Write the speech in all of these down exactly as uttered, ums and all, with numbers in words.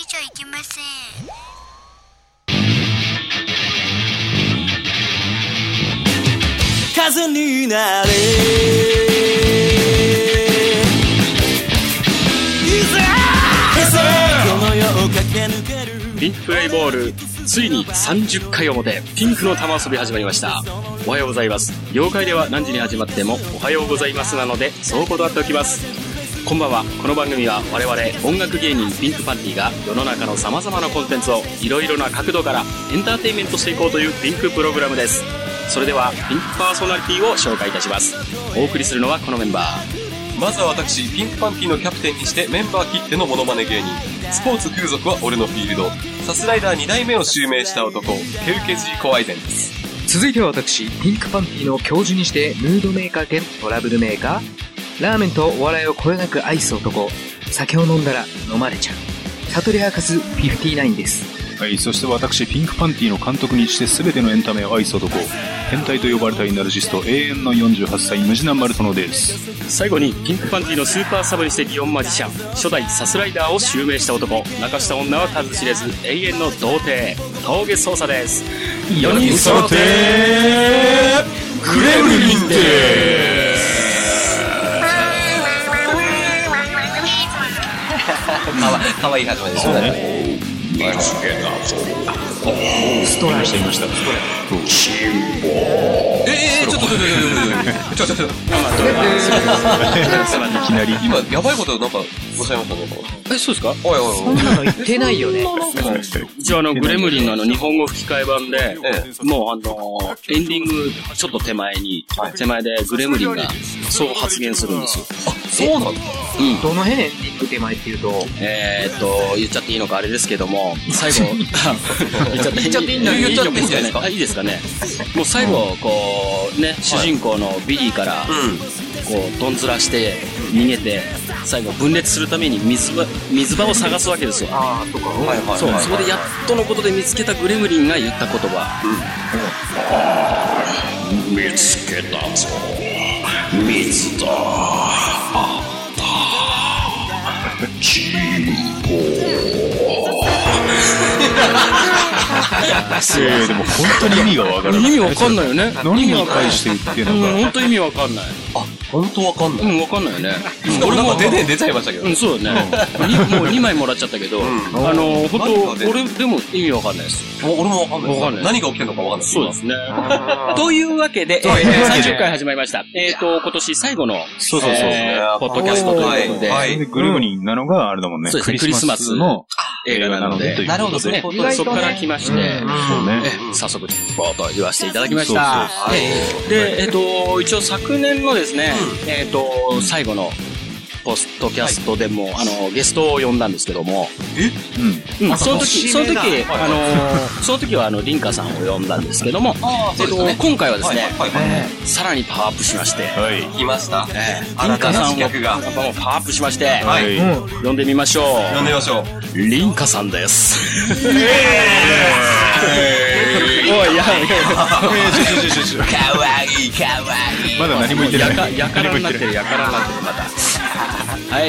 じゃいけません。 風になれピンクプレイボールついにさんじゅっかい表、ピンクの玉遊び始まりました。おはようございます。業界では何時に始まってもおはようございますなのでそう断っておきます。こんばんは。この番組は我々音楽芸人ピンクパンティが世の中の様々なコンテンツをいろいろな角度からエンターテインメントしていこうというピンクプログラムです。それではピンクパーソナリティを紹介いたします。お送りするのはこのメンバー。 まずは私、ピンクパンティのキャプテンにしてメンバー切ってのモノマネ芸人、スポーツ風俗は俺のフィールド、サスライダーに代目を襲名した男、ケウケジーコアイゼンです。 続いては私、ピンクパンティの教授にしてムードメーカー兼トラブルメーカー、ラーメンとお笑いをこよなく愛す男、酒を飲んだら飲まれちゃう悟り明かすフィフティナインです。 はい、そして私ピンクパンティの監督にして全てのエンタメを愛す男、変態と呼ばれたいナルシスト永遠のよんじゅうはっさいムジナマルトノです。 最後にピンクパンティのスーパーサブにして祇園マジシャン、初代サスライダーを襲名した男、泣かした女は数知れず永遠の童貞峠捜査です。 よにん揃ってグレムリンでーす。 かわかわいい始まりでしょね。 ストライしていました。チンボー。 ええー、ちょっとちょっとちょっとちょっとちょっといきなり今やばいことなんかおっしゃいましたね。 え、そうですか？ おいおいおい。 そんなの言ってないよね。 一応あのグレムリンのあの日本語吹き替え版で、 ええ、もうあのエンディングちょっと手前に、はい、手前でグレムリンがそう発言するんですよ。 あ、そうなんだ。 うん。 どの辺エンディング手前っていうと、 えーっと言っちゃっていいのかあれですけども、最後言っちゃって言っちゃっていいんだ。言っちゃっていいんじゃないですか。 あ、いいですかね。もう最後こうね、主人公のビリーから、こうどんずらして逃げて、最後分裂するために水場水場を探すわけですよ。 ああ、とか、 はいはい。 そう、そこでやっとのことで見つけたグレムリンが言った言葉。 うん、見つけたぞ。水だ。あった。チンポいやいやでも本当に意味がわからない。 意味わかんないよね。 何に対して言ってるのか。 うん、本当意味わかんない。 あ、本当わかんない。 うん、わかんないよね。 俺も出て出ちゃいましたけど。 うん、そうだね。もうにまいもらっちゃったけど、あの本当俺でも意味わかんないです。 俺もわかんない。 わかんない。 何が起きてるのかわかんない。 そうですね。というわけでさんじゅっかい始まりました。えっと今年最後のそうそうそうポッドキャストということで、 グレムリンなのがあれだもんね。 クリスマスの映画なので、 なるほどですね。 そこから来まして、早速ボーと言わせていただきました。で、えっと一応昨年のですね、えっと最後のポストキャストでも、あのゲストを呼んだんですけども、 え、 うん、その時その時あのその時はあのリンカさんを呼んだんですけども、えっと今回はですね、さらにパワーアップしまして、 来ました。 リンカさんをパワーアップしまして、呼んでみましょう。 呼んでみましょう。リンカさんです。おい、やいや、かわいいかわいい。 まだ何も言ってない。 やからになってる、やからになってる、また。はい、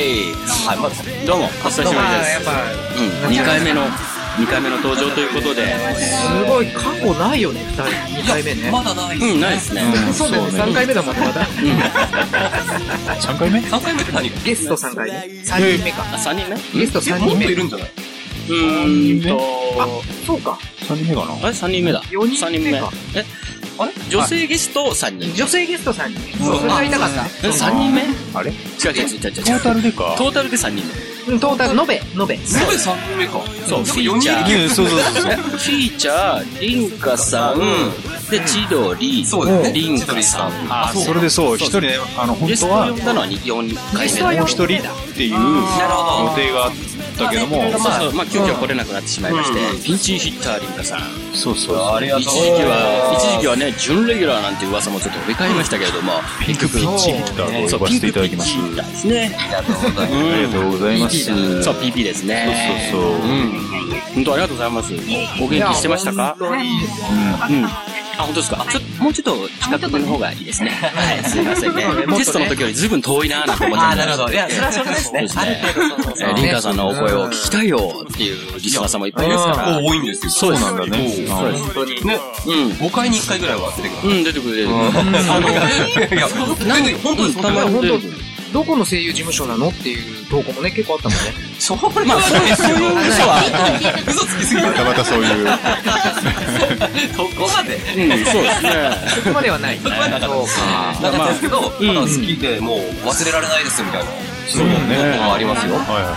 どうもお久しぶりです。 やっぱ、 うん、にかいめのにかいめの登場ということで、 すごい過去ないよね。ふたりにかいめね。 まだない。 うん、ないですね。 そうですね。さんかいめだもんね、まだ。 さんかいめ？ さんかいめって何？ ゲストさんかいめ。さんにんめか。 さんにんめ？ ゲストさんにんめいるんじゃない？ うーんと、 あ、そうか。 さんにんめかな？ あれさんにんめだ。 よにんめか。 え、あれ女性ゲストさんにん。 女性ゲストさんにん。そう、それが言いたかった。 え、さんにんめ？ あれ？ 違う違う違う違う。トータルでか？ トータルでさんにんめ。 トータル、延べ、延べ。延べさんにんめか。 そう、フィーチャー。 そうそうそうそう。 フィーチャー、リンカさん、で、千鳥、 そうですね。 リンカさん。 あ、それでそう、一人ね、あの、本当は、 ゲスト呼んだのはよんかいめ。 もう一人っていう予定があったけども、 まあ、まあ、急遽来れなくなってしまいまして、ピンチヒッターリンカさん。 そうそう。 ありがとう。 一時期は、一時期はね、準レギュラーなんていう噂もちょっと飛び交いましたけれども、 ピンクピッチヒッターと呼ばせていただきます。 ピンクピッチヒッターですね。 ありがとうございます。 そう、ピーピー ですね。 そうそうそう。 うん。本当ありがとうございます。お元気してましたか？うん。 あ、本当ですか。ちょっと、もうちょっと近くの方がいいですね。はい、すいませんね。テストの時よりずいぶん遠いなーなんて思っちゃああ、 って。 なるほど。いや、それはそれですね。ある程度そうそうそう。 リンカさんのお声を聞きたいよっていうリスナーさんもいっぱいいますから。 多いんですよ。 そうなんだね。 そうです。本当に。ね。うん。ごかいにいっかいぐらいは出てくる。うん、出てくる、出てくる。あの、いや、なんで、本当です。 たまに本当どこの声優事務所なのっていう投稿もね、結構あったもんね。 そう、まあ、そういう嘘は、嘘つきすぎる。 またまたそういう。 そこまで。 うん、そうですね。 そこまではない。 そこまではなかった。なかったですけど、好きでもう忘れられないですみたいな。そうね。ありますよ。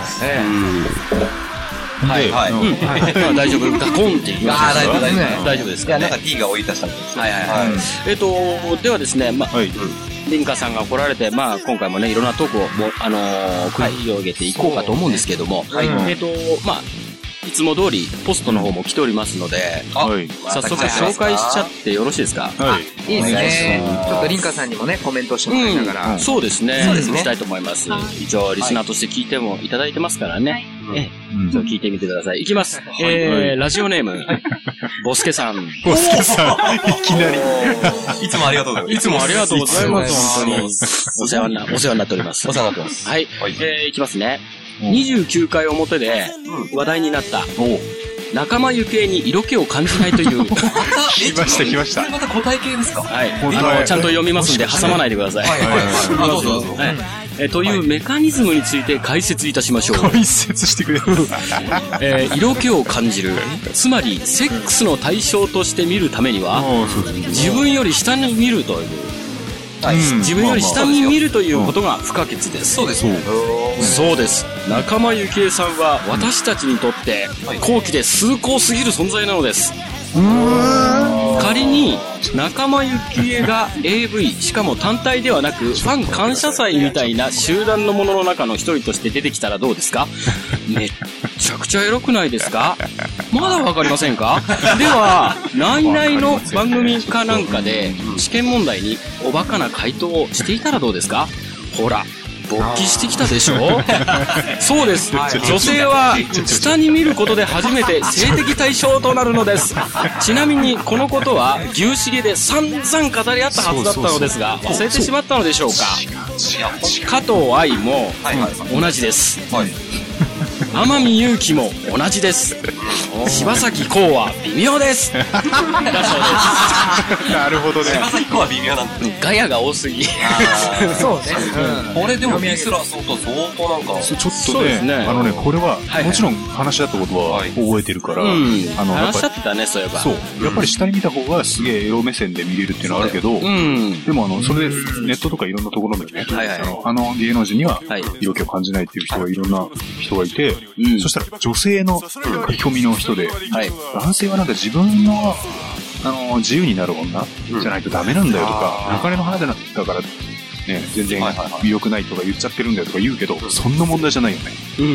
はいはい。 はい。大丈夫。ガコンって言いました。 ああ、大丈夫、大丈夫。 大丈夫ですか。 いや、なんか D が追い出したんです。 はいはいはい。えっと、ではですね、まあ、リンカさんが来られて、まあ、今回もね、いろんなトークを、あのー、繰り広げていこうかと思うんですけども、はい、えっと、まあ、いつも通り、ポストの方も来ておりますので、はい、早速紹介しちゃってよろしいですか？ はい。いいですね。ちょっとリンカさんにもね、コメントしてもらいながら。 そうですね。そうですね。したいと思います。一応、リスナーとして聞いてもいただいてますからね。え、ちょっと聞いてみてください。いきます。えー、ラジオネーム、ボスケさん。 ボスケさん、いきなり。 いつもありがとうございます。 いつもありがとうございます。本当に。お世話にな、お世話になっております。 お世話になってます。 はい。えー、いきますね。にじゅうきゅうかい表で話題になった、仲間由紀恵に色気を感じないという。 来ました来ました。 これまた答え系ですか？ はい。あの、ちゃんと読みますんで挟まないでください。はいはいはい。どうぞどうぞ。えというメカニズムについて解説いたしましょう。 解説してくれる。 えー、色気を感じる。つまり、セックスの対象として見るためには、自分より下に見るという。はい、自分より下に見るということが不可欠です。 そうです。 そうです。仲間由紀恵さんは私たちにとって高貴で崇高すぎる存在なのです。仮に仲間由紀恵が エーブイ、しかも単体ではなくファン感謝祭みたいな集団のものの中の一人として出てきたらどうですか？めっちゃくちゃエロくないですか？まだわかりませんか？では、ナイナイの番組かなんかで試験問題におバカな回答をしていたらどうですか？ほら、勃起してきたでしょ？そうです。女性は下に見ることで初めて性的対象となるのです。ちなみにこのことは牛茂で散々語り合ったはずだったのですが、忘れてしまったのでしょうか？加藤愛も同じです。天海祐希も同じです。柴咲コウは微妙です。だそうです。 なるほどね。 柴咲コウは微妙なんだ。 ガヤが多すぎ。 そうね。 これでもミスラ相当相当なんか。 ちょっとね、あのね、これはもちろん話し合ったことは覚えてるから、 あの話し合ってたね、そういえば。 そう。やっぱり下に見た方がすげえエロ目線で見れるっていうのはあるけど、でもあのそれでネットとかいろんなところでね、あの芸能人には色気を感じないっていう人がいろんな人がいて。うん、そしたら女性の書き込みの人で、はい、男性はなんか自分の、あの自由になる女じゃないとダメなんだよとか、中根の花だから、ね、全然魅力ないとか言っちゃってるんだよとか言うけど、そんな問題じゃないよね。うん、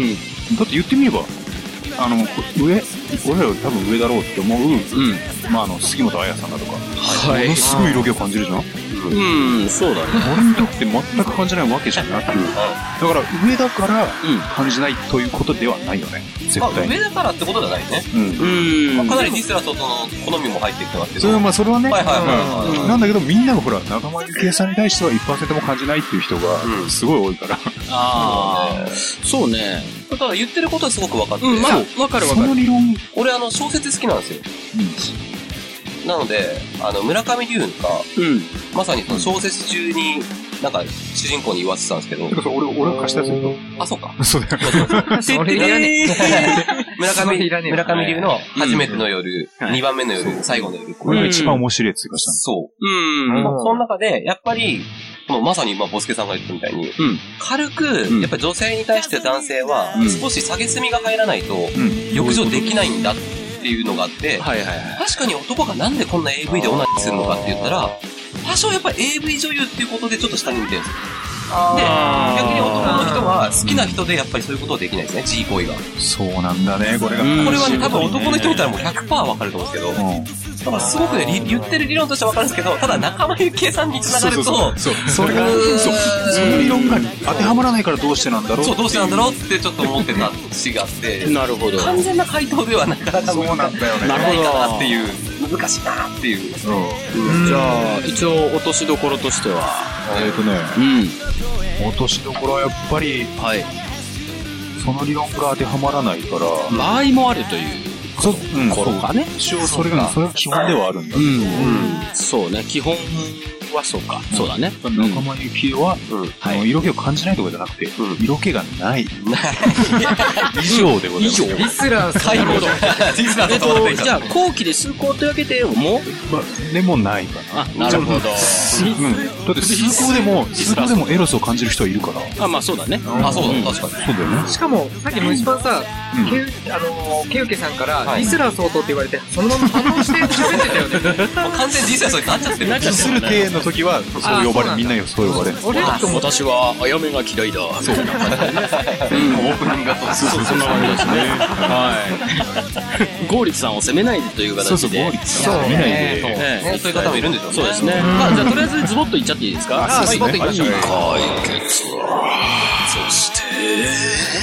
だって言ってみれば、あの上俺らより多分上だろうって思う、うんまあ、あの杉本彩さんだとか、はい、ものすごい色気を感じるじゃん。 うん、そうだね。 俺にとって全く感じないわけじゃなく、だから上だから感じないということではないよね。絶対。 上だからってことじゃないね。うん。まあ、かなりディスラソとの好みも入ってきてますけど。 それはまあそれはね。はいはいはい。なんだけどみんながほら仲間由紀恵さんに対しては いちパーセント も感じないっていう人がすごい多いから。 ああ、そうね。 だから言ってることはすごく分かって。 うん、まあ分かる分かる。 その理論。 俺あの小説好きなんですよ。うん。なので、あの、村上龍か、うん、まさにその小説中に、なんか、主人公に言わせてたんですけど。 てか俺、俺が貸したやつよ。 あ、そうか。 そうだよ。 それいらねえ。村上、村上龍の初めての夜、にばんめの夜、最後の夜。 これが一番面白いやつがしたの。 そう。うん。その中で、やっぱり、もうまさに今、ボスケさんが言ったみたいに、軽く、やっぱり女性に対して男性は、少し下げすみが入らないと、浴場できないんだっていうのがあって、はいはいはい、確かに男がなんでこんな エーブイ でオナニーするのかって言ったら、多少やっぱり エーブイ 女優っていうことでちょっと下に見てるんですよ。で、逆に男の人は好きな人でやっぱりそういうことはできないですね、G 行為が。 そうなんだね、これが。 これはね、多分男の人見たらもう ひゃくパーセント わかると思うんですけど、 だからすごくね、言ってる理論としてはわかるんですけど、ただ仲間由紀恵さんに繋がると、 そうそうそれが、そう、その理論が当てはまらないからどうしてなんだろう。 そう、どうしてなんだろうってちょっと思ってた節があって、 なるほど。 完全な回答ではなかなかそうなんだよね。 ないかなっていう、難しいなっていう。 うん。じゃあ、一応落としどころとしては、 えっとね、うん。落としどころはやっぱり、はい。その理論が当てはまらないから、 場合もあるという。 そう、うん、頃かね。一応それが、それが基本ではあるんだけど。うん。 そうね、基本はそうか。そうだね。 仲間由紀恵は、あの、色気を感じないとかじゃなくて、色気がない。以上でございます。以上。 リスラー最後の。リスラーと、じゃあ、後期で数校というわけでもでもないかな。なるほど。うん。だって数校でも、数校でもエロスを感じる人はいるから。 あ、まあそうだね。 あ、そうだ、確かに。 そうだよね。 しかも、さっき虫歯さ、あの、ケウケさんから、リスラー相当って言われて、そのまま反応して喋ってたよね。 完全にリスラー相当になっちゃってる。 なっちゃってる体の時は、そう呼ばれる。みんなよ、そう呼ばれる。 私は、あやめが嫌いだ。そうな感じでね。オープニングがそうそう、そんな感じですね。はい。ゴーリツさんを責めないでという形で。 そうそう、ゴーリツさんを責めないで。 そういう方もいるんでしょうね。 そうですね。まあ、じゃあ、とりあえずズボッといっちゃっていいですか？ あ、ズボッといきましょう。 解決は、そして、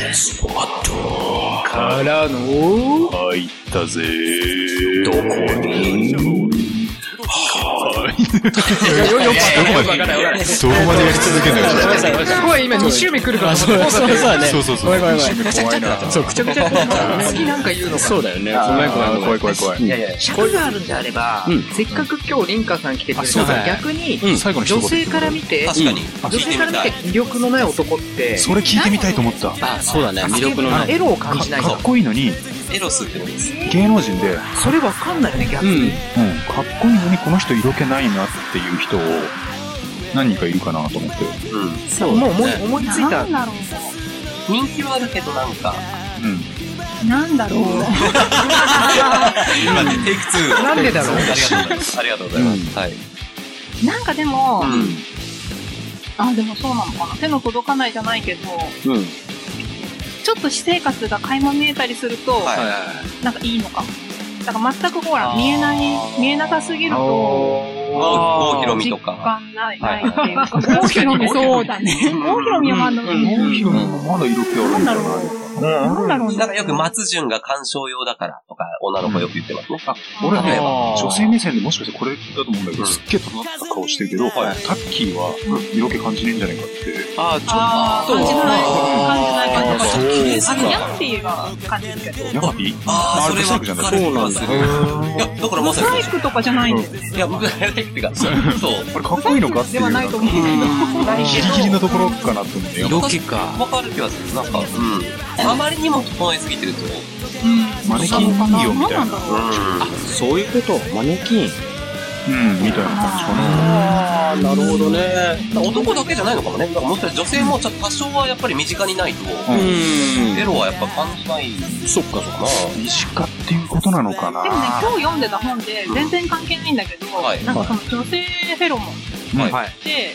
ズボッと。 からの、 入ったぜどこにはい。どこまでやり続けるんだよ。 すごい今に周目来るから。 そうそうそうね。 そうそうそう。 怖い怖い怖い。怖いな。 そう、くちゃくちゃ怖い。 次なんか言うのか。 そうだよね。怖い怖い怖い怖い怖い。 いやいや、尺があるんであれば、せっかく今日リンカさん来てくれたから逆に、女性から見て、 確かに。 女性から見て魅力のない男って、 それ聞いてみたいと思った。 あ、そうだね。魅力のない。 エロを感じないかっこいいのに、 エロスってことです。 芸能人で、 それわかんないよね、逆に。 うん。かっこいいのにこの人色気ないなっていう人を何人かいるかなと思って。 うん。そう。もう思い、思いついた。 なんだろう。 人気はあるけどなんか。 うん。なんだろう。 今ね、テイクツー。 なんでだろう。 ありがとうございます。ありがとうございます。はい。 なんかでも、うん、あ、でもそうなのかな。手の届かないじゃないけど、うん、ちょっと私生活が垣間見えたりすると、はい、なんかいいのかも。だから全くほら、見えない、見えなさすぎると、 郷ひろみとか。 実感ない、ないっていうか。郷ひろみそうだね。郷ひろみはまだ、郷ひろみはまだ色気あるんだろう。 なんだろうね。 なんかよく松潤が鑑賞用だからとか、女の子よく言ってますね。あ、 俺はね、女性目線でもしかしてこれだと思うんだけど、すっげえ整った顔してるけど、タッキーは色気感じねえんじゃないかって。 ああ、ちょっと。感じない。感じない感じない。あの、ヤッピーは感じるけど。 ヤッピーああ、それはじゃない。 そうなんですよ。いや、だからまさに。 ブサイクとかじゃないんですね。 いや、ブサイクってか、そう。 これかっこいいのかっていう。 ではないと思うけど。 ギリギリのところかなって思って。 色気か。 わかる気がする。なんか、うん。あまりにも整えすぎてると、 マネキン人形みたいな。 あ、そういうことマネキンうん、みたいな感じかな。 ああ、なるほどね。 男だけじゃないのかもね。だからもしかしたら女性もちょっと多少はやっぱり身近にないと、エロはやっぱ感じない。 そっかそっか。 身近っていうことなのかな。 でもね、今日読んでた本で全然関係ないんだけど、なんかその女性フェロモンって、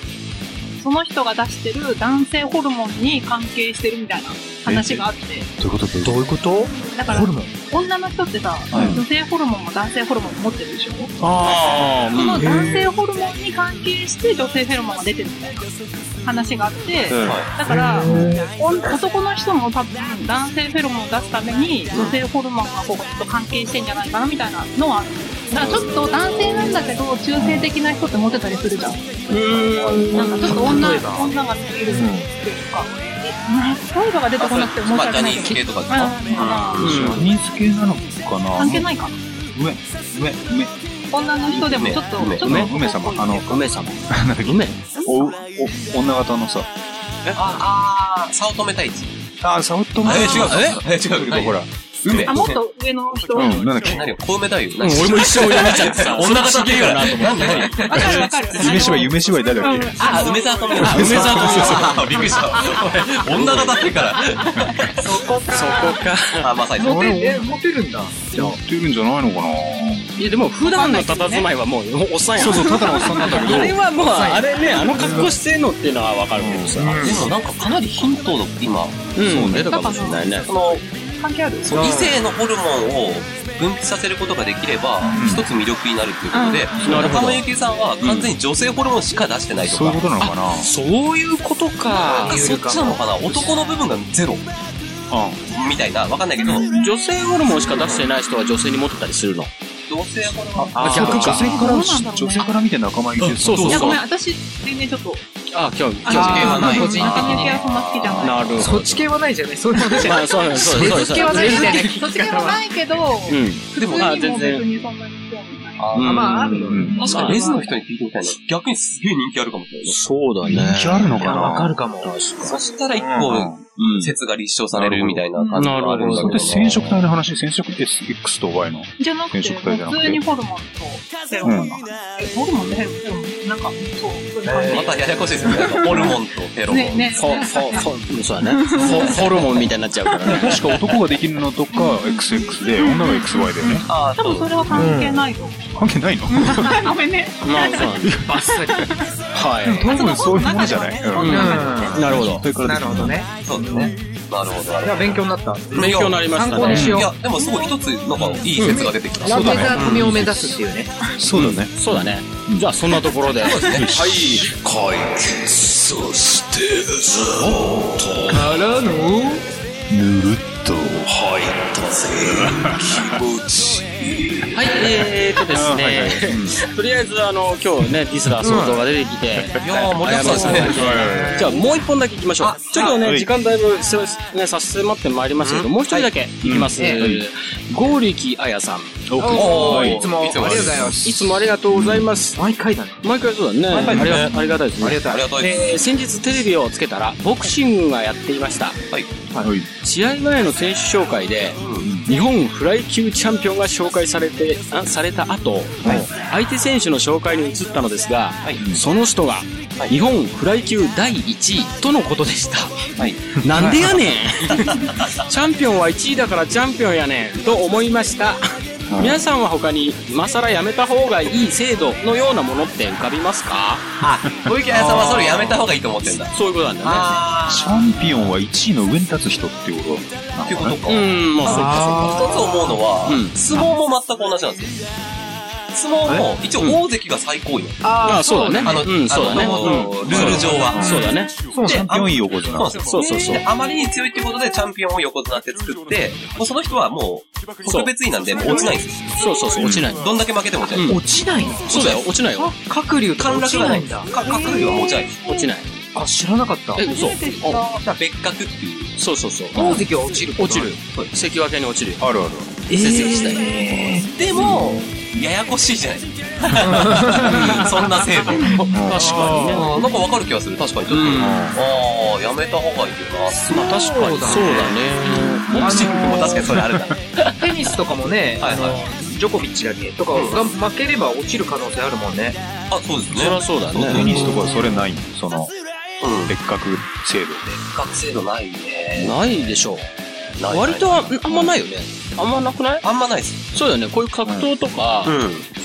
その人が出してる男性ホルモンに関係してるみたいな話があって。 どういうことどういうことだから、女の人ってさ、女性ホルモンも男性ホルモンも持ってるでしょ。 ああ、 その男性ホルモンに関係して女性フェロモンが出てるみたいな話があって、だから、男の人も多分男性フェロモンを出すために女性ホルモンがこうと関係してんじゃないかなみたいなのはある。だからちょっと男性なんだけど中性的な人ってモテたりするじゃん。うーん。なんかちょっと女、女が見えるっていうか。例えばが出てこなくて申し訳ないけど。 ジャニーズ系とかですか？ ジャニーズ系なのかな？ 関係ないか。 梅、梅、梅。 女の人でもちょっと、ちょっと。 梅、梅様。あの、 梅様。 なんだっけ？梅。お、お、女型のさ。 えああ、早乙女太一。 ああ、早乙女。 え、違う。え、違うけど、ほら。梅。 あ、もっと上の人。 うん、なんだっけ。 何小梅太夫。 俺も一生読みちゃってさ。 女型って言うからなと思って。 わかるわかる。 夢芝居、夢芝居誰だっけ。 あ、梅沢富美男。 梅沢富美男。 びっくりした。女型ってから。 そこか。 そこか。 あ、まさに。 モテる、モテるんだ。 モテるんじゃないのかな。 いや、でも普段の佇まいはもうおっさんやん。 そうそう、ただのおっさんなんだけど。 あれはもう、あれね、あの格好してんのっていうのはわかるけどさ。 でもなんかかなりヒントの今、 そう出たかもしれないね。 その、 関係ある？ そう異性のホルモンを分泌させることができれば、一つ魅力になるっていうことで、中野幸恵さんは完全に女性ホルモンしか出してないとか。 そういうことなのかな。 そういうことか。 そっちなのかな。男の部分がゼロ。うん。みたいな、わかんないけど。 女性ホルモンしか出してない人は女性に持ってたりするの？ 女性ホルモン。 あ、逆に女性から、女性から見て仲間入りそうそうそう。 いや、ごめん、私、全然ちょっと。 あ、今日、 今日系はない。 個人的に系はそんな好きじゃない。 なるほど。 そっち系はないじゃない。そういうことじゃない。 そうなんです。そっち系はないみたいな。 そっち系はないけど、でも、全然。別にそんなに興味ない。 あ、まあ、あるの。 確かにレズの人に聞いてみたいな。逆にすげえ人気あるかもしれない。 そうだね。 人気あるのかな。 わかるかも。 そしたら一個、説が立証されるみたいな感じがあるんだけど。 それ染色体の話、染色 エスエックス と Y の。 じゃなくて、普通にホルモンとセロモンが。ホルモンでヘルモンなんか、そう、そういう感じ。 またややこしいですね。ホルモンとフェロモン。 ね、ね。 そう、そう、そうだね。ホルモンみたいになっちゃうからね。 確か男ができるのとか エックスエックス で、女が エックスワイ だよね。 ああ、多分それは関係ないと。 関係ないの？ ごめんね。 まあ、そうバッサリ。 はい。 多分そういうものじゃない。 なるほど。 なるほどね。 そうだね。なるほど。 いや、勉強になった。 勉強になりましたね。 参考にしよう。 いや、でもすごい一つ、なんか、いい説が出てきた。 ラテザ組を目指すっていうね。 そうだね。 そうだね。じゃあ、そんなところで。 そうですね。はい。 解決、そして、ずっと、 からの、 ぬるっと、 入ったぜ、気持ちいい。 はい、えーとですね、とりあえず、あの、今日ね、ディスラー相当が出てきて、いやー、盛りだくさんですね。 じゃあ、もう一本だけ行きましょう。ちょっとね、時間だいぶ、ね、差し迫ってまいりましたけど、もう一人だけ行きます。剛力彩さん。 おー、いつも、ありがとうございます。 いつもありがとうございます。 毎回だね。 毎回そうだね。ありがたいですね。 ありがたい。 ありがたいです。 先日テレビをつけたら、ボクシングがやっていました。 はい。 試合前の選手紹介で、日本フライ級チャンピオンが紹介されて、あされた後、相手選手の紹介に移ったのですが、その人が、日本フライ級だいいちいとのことでした。なんでやねんチャンピオンはいちいだからチャンピオンやねんと思いました。皆さんは他に今更やめた方がいい制度のようなものって浮かびますか？ あ、小池彩さんはそれやめた方がいいと思ってんだ。 そういうことなんだよね。 チャンピオンはいちいの上に立つ人っていうことっていうことか。 うん、まあそうかそうか。一つ思うのは、相撲も全く同じなんですよ。相撲も一応大関が最高位なんですよ。 ああ、そうだね。 あの、 うん、そうだね。 ルール上は。 そうだね。 チャンピオン横綱。 そうそうそう。 あまりに強いってことでチャンピオンを横綱って作って、もうその人はもう特別位なんでもう落ちないんですよ。そうそうそう、落ちない。 どんだけ負けても落ちない。 落ちないの？ そうだよ、落ちないよ。 鶴竜とか落ちないんだ。 鶴竜は落ちない。 落ちない。 あ、知らなかった。 え、嘘。 じゃあ別格っていう。 そうそうそう。 大関は落ちる。 落ちる。関脇に落ちる。 あるある。 成績自体。でも、ややこしいじゃないですか。そんな制度。確かにね。なんかわかる気がする。確かにちょっと。ああ、やめた方がいいよな。 まあ確かに。そうだね。 ボクシングも確かにそれあるだ。テニスとかもね、あの、ジョコビッチだけとかが負ければ落ちる可能性あるもんね。 あ、そうですね。 そりゃそうだね。 テニスとかそれないその、別格制度。 別格制度ないね。 ないでしょう。割とあんまないよね。あんまなくない？ あんまないです。 そうだよね。こういう格闘とか。 うん。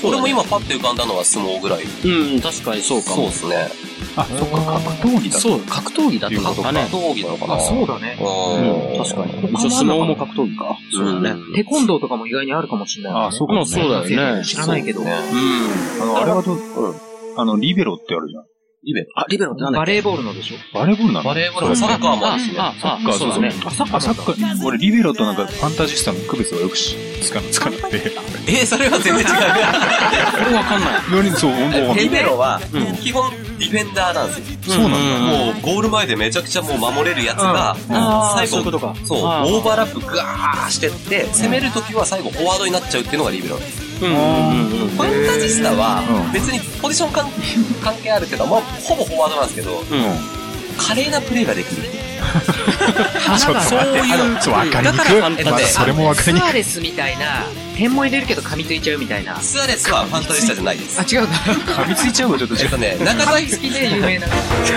俺も今パッて浮かんだのは相撲ぐらい。 うん、確かにそうかも。 そうですね。 あ、そっか、格闘技だ。 そう、格闘技だったのかね。 格闘技なのかな。 あ、そうだね。 うん、確かに。一応相撲も格闘技か。 そうだね。 テコンドーとかも意外にあるかもしれない。 あ、そうかもね。 そうだよね。 知らないけど。うん。 あの、あれはどう、あの、リベロってあるじゃん。 リベロ。 あ、リベロって何だっけ？ バレーボールのでしょ？ バレーボールなの？ バレーボールもサッカーもあるしね。 あ、サッカー、そうだね。 あ、サッカー、サッカー。俺、リベロとなんかファンタジスタの区別がよくし、つかな、つかなくて。 え、それは全然違う。 これわかんない。 何そう、本当リベロは、基本ディフェンダーなんですよ。 そうなんだ。もう、ゴール前でめちゃくちゃもう守れるやつが、最後、そう、オーバーラップガーしてって、攻めるときは最後フォワードになっちゃうっていうのがリベロです。ファンタジスタは別にポジション関係あるけど、まあ、ほぼフォワードなんですけど、華麗なプレーができる。 ちょっとそういう、ちょっと分かりにくい。まあ、それも分かりにくい。 スアレスみたいな、点も入れるけど噛みついちゃうみたいな。 スアレスはファンタジスタじゃないです。 あ、違うんだ。 噛みついちゃうわ、ちょっと違う。 えっとね、中田好きで有名な。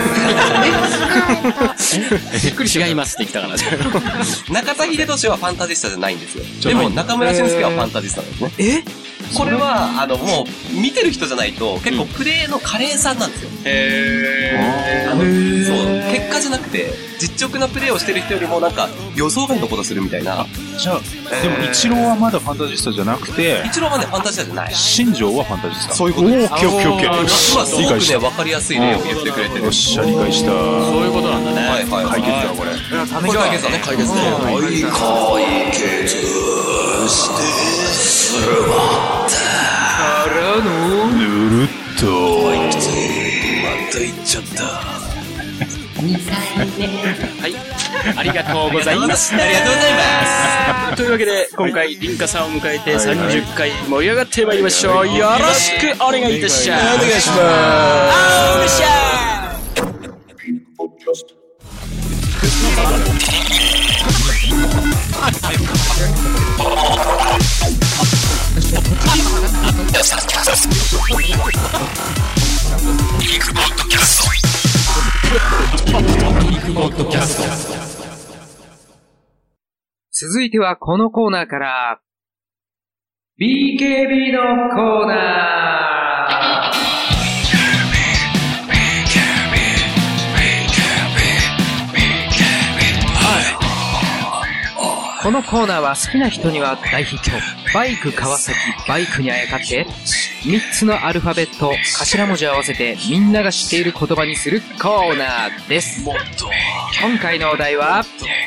びっくり違いますって言ったから。 中田秀俊はファンタジスタじゃないんですよ。でも中村俊輔はファンタジスタなんですね。 え？ これは、あの、もう、見てる人じゃないと、結構プレーの華麗さなんですよ。 へー。 そう。結家じゃなくて、実直なプレイをしてる人よりもなんか予想外のことするみたいな。 じゃあ、えー、でもイチローはまだファンタジスタじゃなくて、 イチローはね、ファンタジスタじゃない。 新庄はファンタジスタ。 そういうことです。 オッケーオッケーオッケー。 今すごくね、わかりやすい例を言ってくれてる。 よっしゃ、理解した。 そういうことなんだね。 はいはい。 解決だ、これ。 これ解決だね、解決だね。 解決してすまったからのぬるっとまた行っちゃったはい、ありがとうございます。 ありがとうございます。 というわけで、今回、リンカさんを迎えてさんじゅっかい盛り上がってまいりましょう。よろしくお願いいたします。 お願いします。 あー、うれしゃ続いてはこのコーナーから ビーケービー のコーナー。このコーナーは好きな人には大ヒット。バイク川崎、バイクにあやかってみっつのアルファベット、頭文字を合わせてみんなが知っている言葉にするコーナーです。今回のお題は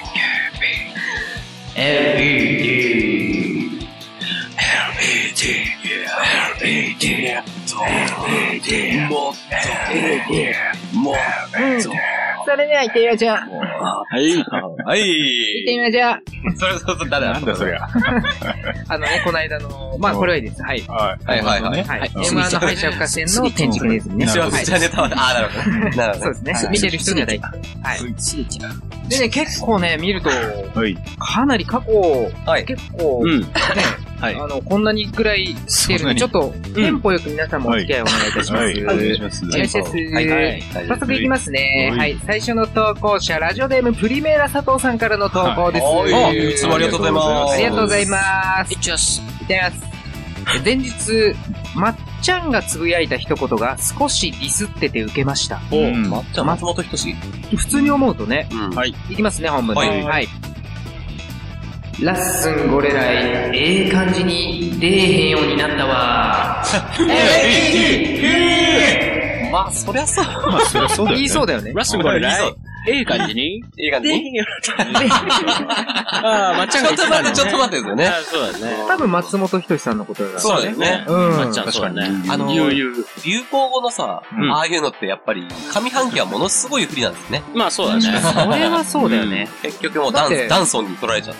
エルイーディー エルイーディー エルイーディー エルイーディー もっと エルイーディー もっとそれでは行ってみましょう。 はい。 はい。 行ってみましょう。 それそうそう、誰なんだそりゃ。 あのね、この間の、まあこれはいいです。はい。 はいはいはいはい。はい。エムワン の敗者復活戦の天竺ネズミね。 一応、そっちはネタは、ああ、なるほど。なるほど。 そうですね。見てる人には大体。はい。でね、結構ね、見ると、かなり過去、結構、ね、はい。あの、こんなにぐらいしてるんで、ちょっと、テンポよく皆さんもお付き合いお願いいたします。はい。お願いします。お願いします。はい。早速いきますね。はい。最初の投稿者、ラジオネームプリメーラ佐藤さんからの投稿です。 おいつもありがとうございます。 ありがとうございます。 いっちゃす。 いってみます。前日、まっちゃんがつぶやいた一言が少しディスってて受けました。 おう、まっちゃん、松本人志。 普通に思うとね。 はい。 いきますね、本文で。はい。ラッスンゴレライ、ええ感じに出えへんようになったわ。 えー、まあ、そりゃそう。 まあ、そりゃそうだよね。 言いそうだよね。 ラッスンゴレライ。ええ感じにええ感じにああ、まっちゃんが言ってたんだね。 ちょっと待ってですよね。 そうだね。 多分松本人志さんのことだから。 そうだよね。 うん。 まっちゃん、そうだね。 あの、流行語のさ、ああいうのってやっぱり、上半期はものすごい不利なんですね。 まあそうだね。 それはそうだよね。 結局もうダン、ダンソンに取られちゃった。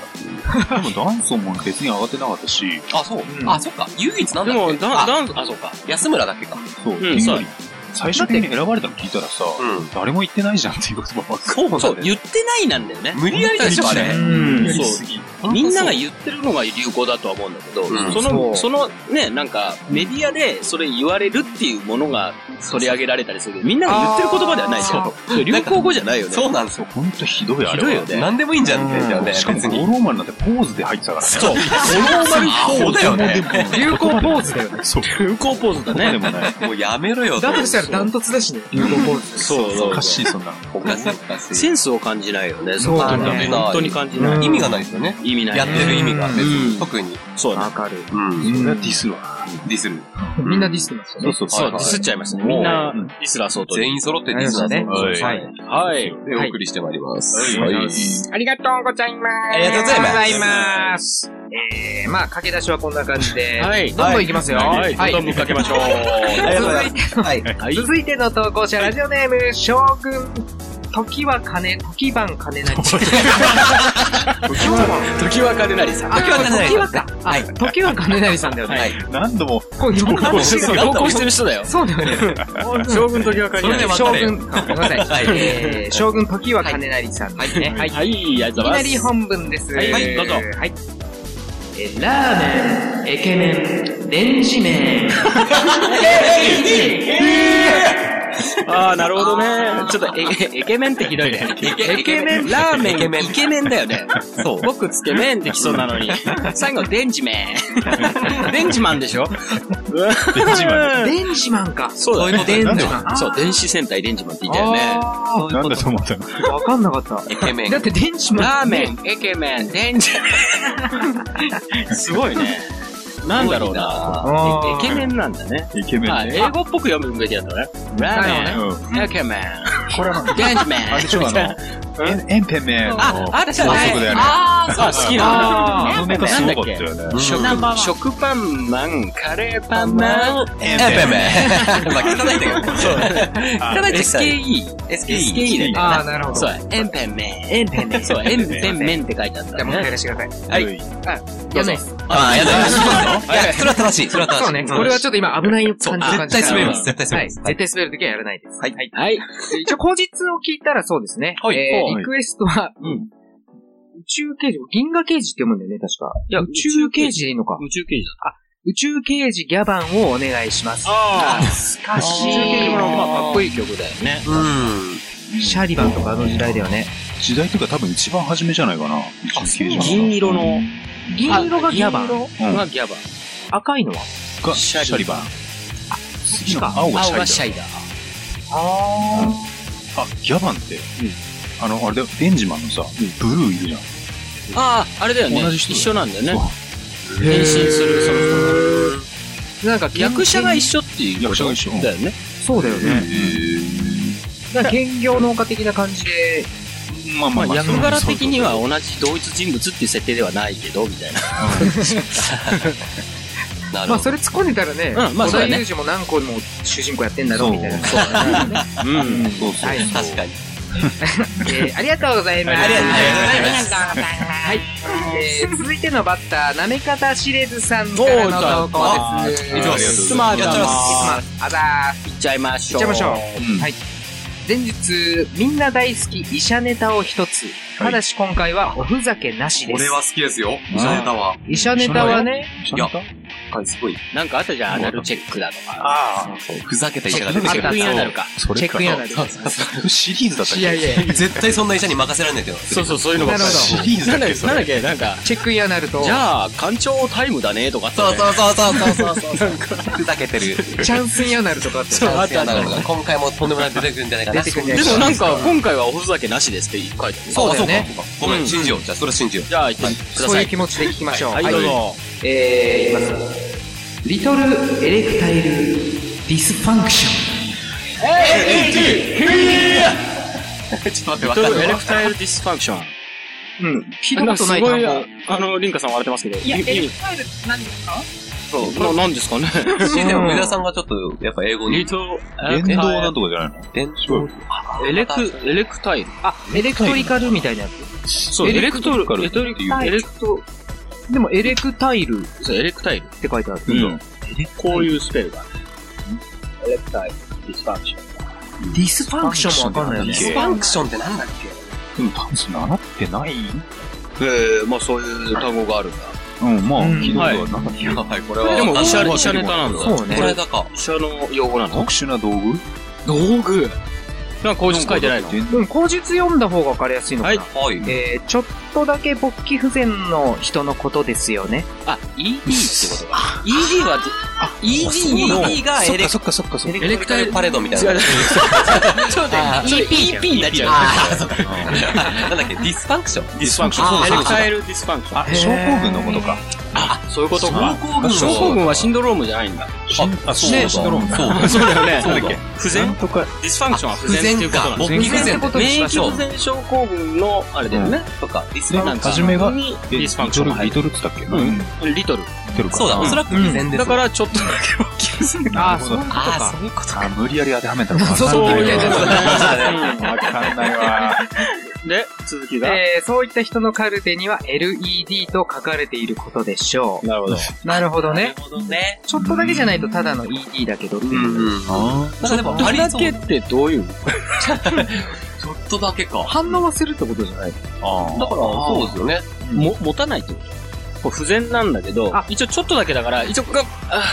でもダンソンも別に上がってなかったし。 あ、そう。あ、そっか。唯一なんだっけ。 でも、ダン、ダン、あ、そうか。 安村だけか。 そう。うん、そう。最初に選ばれたの聞いたらさ、うん、誰も言ってないじゃんっていうことばっかり。 そうそう、言ってないなんだよね。 無理やりでしょ、あれ。 うん、そう。みんなが言ってるのが流行だとは思うんだけど、うん、その、そのね、なんか、メディアでそれ言われるっていうものが取り上げられたりするけど、みんなが言ってる言葉ではないでしょ。流行語じゃないよね。 そうなんですよ。 ほんとひどいあれは。 ひどいよね。 何でもいいんじゃんって言ね。しかも、五郎丸なんてポーズで入ってたからね。 そう。五郎丸ポーズだよね。 流行ポーズだよね。 そう。流行ポーズだね。 もうやめろよ。 だとしたらダントツだしね。流行ポーズ。 そうそう。 おかしい、そんなの。 おかしい、おかしい。 センスを感じないよね。 そうだね。 本当に感じない。 意味がないですよね。 意味ない。 やってる意味が。特に。 そうわかる。 うん。それはディスるわ。 ディスる。 みんなディスってますよね。 そうそう。ディスっちゃいますね。みんな、ディスラー相当。 全員揃ってディスラー相当。 はい。はい。 で、お送りしてまいります。 はい。ありがとうございます。 ありがとうございます。 ありがとうございます。えー、まあ、駆け出しはこんな感じで。 はい。 どんどんいきますよ。 はい。どんどんかけましょう。 続いての、はい。続いての投稿者、ラジオネーム、将軍。時は金、時番金なり。時は金なりさん。 時は金なり。時はか。はい。時は金なりさんだよね。はい。 何度も。 こう、投稿してる人だよ。 そうだよね。 将軍時は金なり。 将軍、ごめんなさい。はい。えー、将軍時は金なりさんですね。はい。 はい。いきなり本文です。 はい。どうぞ。 はい。え、ラーメン、エケメン、レンジ麺。 ああ、なるほどね。ちょっとエ、エケメンってひどいね。エケメン、ラーメン、イケメンだよね。そう。僕つけ麺できそうなのに。最後、デンジメン。デンジマンでしょ？ デンジマン。 デンジマンか。 そうだね。 デンジマン。 そう、電子戦隊デンジマンって言ったよね。 なんだと思ったの？ わかんなかった。 エケメン。 だってデンジマン。 ラーメン、エケメン、デンジメン。すごいね。なんだろうな。エケメンなんだね。 エケメンね。 英語っぽく読むべきだったね。ラーメン、エケメン、 これはデンジメン。 あれでしょ、あの、エンペメンのあ、あったね。 あー、 そう、好きなんだ。 あのメカすごかったよね。 食パンマン、カレーパンマン、 エンペメン。まあ、聞かないんだけど。そう。 聞かない エスケーイー。エスケーイー だよね。 あー、なるほど。 そう、エンペンメン。エンペンメン。そう、エンペンメンって書いてあった。 じゃあもう一回やらせてください。 はい。 やだ。 ああ、やだ。いや、それは正しい。それは正しい。 そうね。これはちょっと今危ない感じの感じ。 絶対滑ります。絶対滑ります。 絶対滑るときはやらないです。 はい。はい。 一応、口実を聞いたらそうですね。はい。リクエストは、宇宙刑事、銀河刑事って読むんだよね、確か。いや、宇宙刑事でいいのか。 宇宙刑事だ。 あ、宇宙刑事ギャバンをお願いします。 ああ。 懐かしい。 宇宙刑事もまあかっこいい曲だよね。 うん。 シャリバンとかあの時代だよね。 時代というか多分一番初めじゃないかな。宇宙刑事。 銀色の。 銀色がギャバン。 がギャバン。 赤いのはがシャリバン。 あ、次か。 青がシャイだ。 ああ、ギャバンって、あの、あれだよ、デンジマンのさ、ブルーいるじゃん。 ああ、あれだよね。 同じ人一緒なんだよね。変身する、その人。なんか役者が一緒っていう。 役者が一緒だよね。 そうだよね。なんか兼業農家的な感じで、 まあまあ役柄的には同じ同一人物っていう設定ではないけど、みたいな。 まあそれ突っ込んでたらね、小田裕二も何個も主人公やってんだろうみたいな。そうだね。うん。そうそう。 確かに。 ありがとうございます。ありがとうございます。はい。続いてのバッター、なめかたしれずさんからの投稿です。 いつもありがとうございます。 あざー。 いっちゃいましょう。 いっちゃいましょう。はい。前日、みんな大好き医者ネタを一つ。ただし今回はおふざけなしです。 これは好きですよ。医者ネタは。 医者ネタはね。 いや、すごい。 なんかあったじゃん、アナルチェックだとか。 ああ、ふざけた医者が出てくる。 チェックインアナルか。 チェックインアナル。 シリーズだったっけ？ いやいや。 絶対そんな医者に任せられないけど。 そうそう、そういうのばっかり。 シリーズだっけ？ なんだっけ、なんか。 チェックインアナルと。 じゃあ、館長タイムだね、とか。 そうそうそうそうそうそう。ふざけてる。 チャンスインアナルとかって。 そう、あったあった。今回もとんでもない出てくるんじゃないかな。 出てくるんじゃないかな。 でもなんか、今回はおふざけなしですって書いてある。 そうだよね。 ごめん、信じよう。じゃあ、それ信じよう。 じゃあ、言ってください。 そういう気持ちで聞きましょう。 はい、どうぞ。 えー、いきます。リトルエレクタイルディスファンクション。 えー、 ちょっと待って、 リトルエレクタイルディスファンクション。 うん。聞いたことない単語。 あの、リンカさん笑ってますけど。 いや、エレクタイルって何ですか？ そう、な、なんですかね。 でも、上田さんがちょっと、やっぱ英語に。 リトル、電動なんとかじゃないの？ 電動エレク、エレクタイル。 あ、エレクトリカルみたいなやつ。 そう、エレクトル、エレクトリカル。エレクト、 でも、エレクタイル。 そう、エレクタイルって書いてある。 うん。こういうスペルがある。エレクタイル、ディスファンクション。 ディスファンクションもわかんないよね。 ディスファンクションってなんだっけ？でも、多分習ってない？ ええ、まあそういう単語があるんだ。 うん、まあ、聞いたことはなかった。 はい、これは。 でも、医者、医者ネタなんだ。 そうね。 医者ネタか。 医者の用語なの？ 特殊な道具？ 道具？なんか口実書いてないの？ うん、口実読んだ方がわかりやすいのかな。 はい。 えー、ちょっとだけ勃起不全の人のことですよね。 あ、イーディー ってことか。イーディー は、あ、イーディー、イーディー がエレク、 そっかそっかそっか。 エレクタイルパレードみたいな。 違う。ちょっと待って、イーピー になっちゃう。 ああ、そっか。なんだっけ、ディスファンクション？ ディスファンクション。エレクタイルディスファンクション。 あ、症候群のことか。 あ、そういうことか。 症候群症候群はシンドロームじゃないんだ。 あ、そうだ。シンドローム。 そう。そうだよね。 そうだっけ。 不全とか。ディスファンクションは不全っていうことなんです。 不全か。 免疫不全症候群の、あれだよね。 とか、ディスファンクション。 はじめが、 ディスファンクション。 リトルって言ったっけ？ うん。リトル。 そうだ、おそらく不全です。 だから、ちょっとだけ大きくする。 ああ、そういうことか。 ああ、そういうことか。 無理やり当てはめたのか。 そういうことか。 わかんないわ。 で、続きが。 えー、そういった人のカルテには エルイーディー と書かれていることでしょう。 なるほど。 なるほどね。 なるほどね。 ちょっとだけじゃないとただの イーディー だけどっていう。 うん。ああ。なんかでも、 ちょっとだけってどういうちょっとだけか。 反応はするってことじゃない？ ああ。だから、そうですよね。 も、持たないってこと？不全なんだけど、一応ちょっとだけだから、一応、が、あ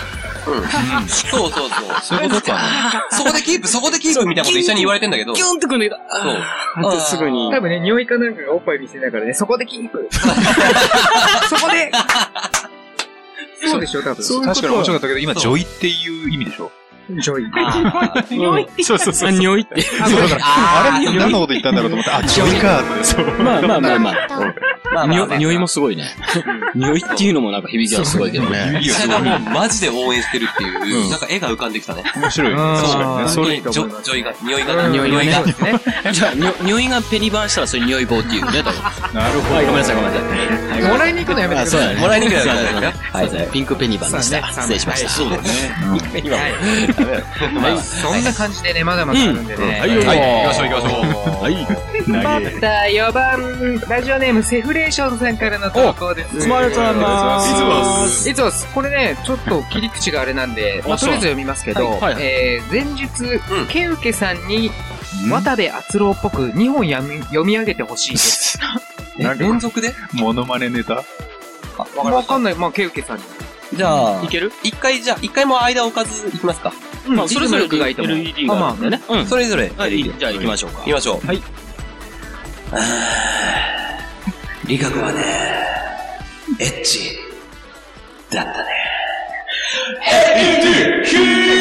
そうそうそう。 そういうことか。 そこでキープ、そこでキープみたいなこと一緒に言われてんだけど。 キュンってくんだけど。そう。すぐに。 多分ね、匂いかなんかがおっぱい見せながらね、そこでキープ。そこで。そうでしょ、多分。 確かに面白かったけど、今、ジョイっていう意味でしょ。 ジョイ。 匂いって。 そうそうそう。 匂いって。 そうだから、あれ何のこと言ったんだろうと思って、あ、ジョイかって。そう。 まあまあまあまあ。匂いもすごいね。匂いっていうのもなんか響きがすごいけどね。 それがもうマジで応援してるっていう、なんか絵が浮かんできたね。 面白い。確かにね。 それ、ジョイが、匂いが、匂いが。 じゃあ、匂いがペニバンしたらそれ匂い棒っていうね、多分。 なるほど。 ごめんなさい、ごめんなさい。 もらいに行くのやめてください。 もらいに行くのやめてください。はい、ピンクペニバンでした。失礼しました。 そうだね。 ピンクペニバン。 はい。そんな感じでね、まだまだあるんでね。 はい、行きましょう、 行きましょう。 はい。 バッターよばん、ラジオネームセフレーションさんからの投稿です。 いつもありがとうございます。 いつもです。いつもです。これね、ちょっと切り口があれなんで、まあ、とりあえず読みますけど、えー、前日、ケウケさんに、渡部篤郎っぽくにほん読み上げてほしいです。 連続でモノマネネタわかんない。まあ、ケウケさんに。 じゃあ、 いける？ 一回、じゃあ、一回も間置かずいきますか。 まあ、それぞれがいいと思う。 エルイーディー があるんだよね。 うん。それぞれ。 はい、じゃあ行きましょうか。 行きましょう。 はい。 リカ子はね、エッチだったね。エッチ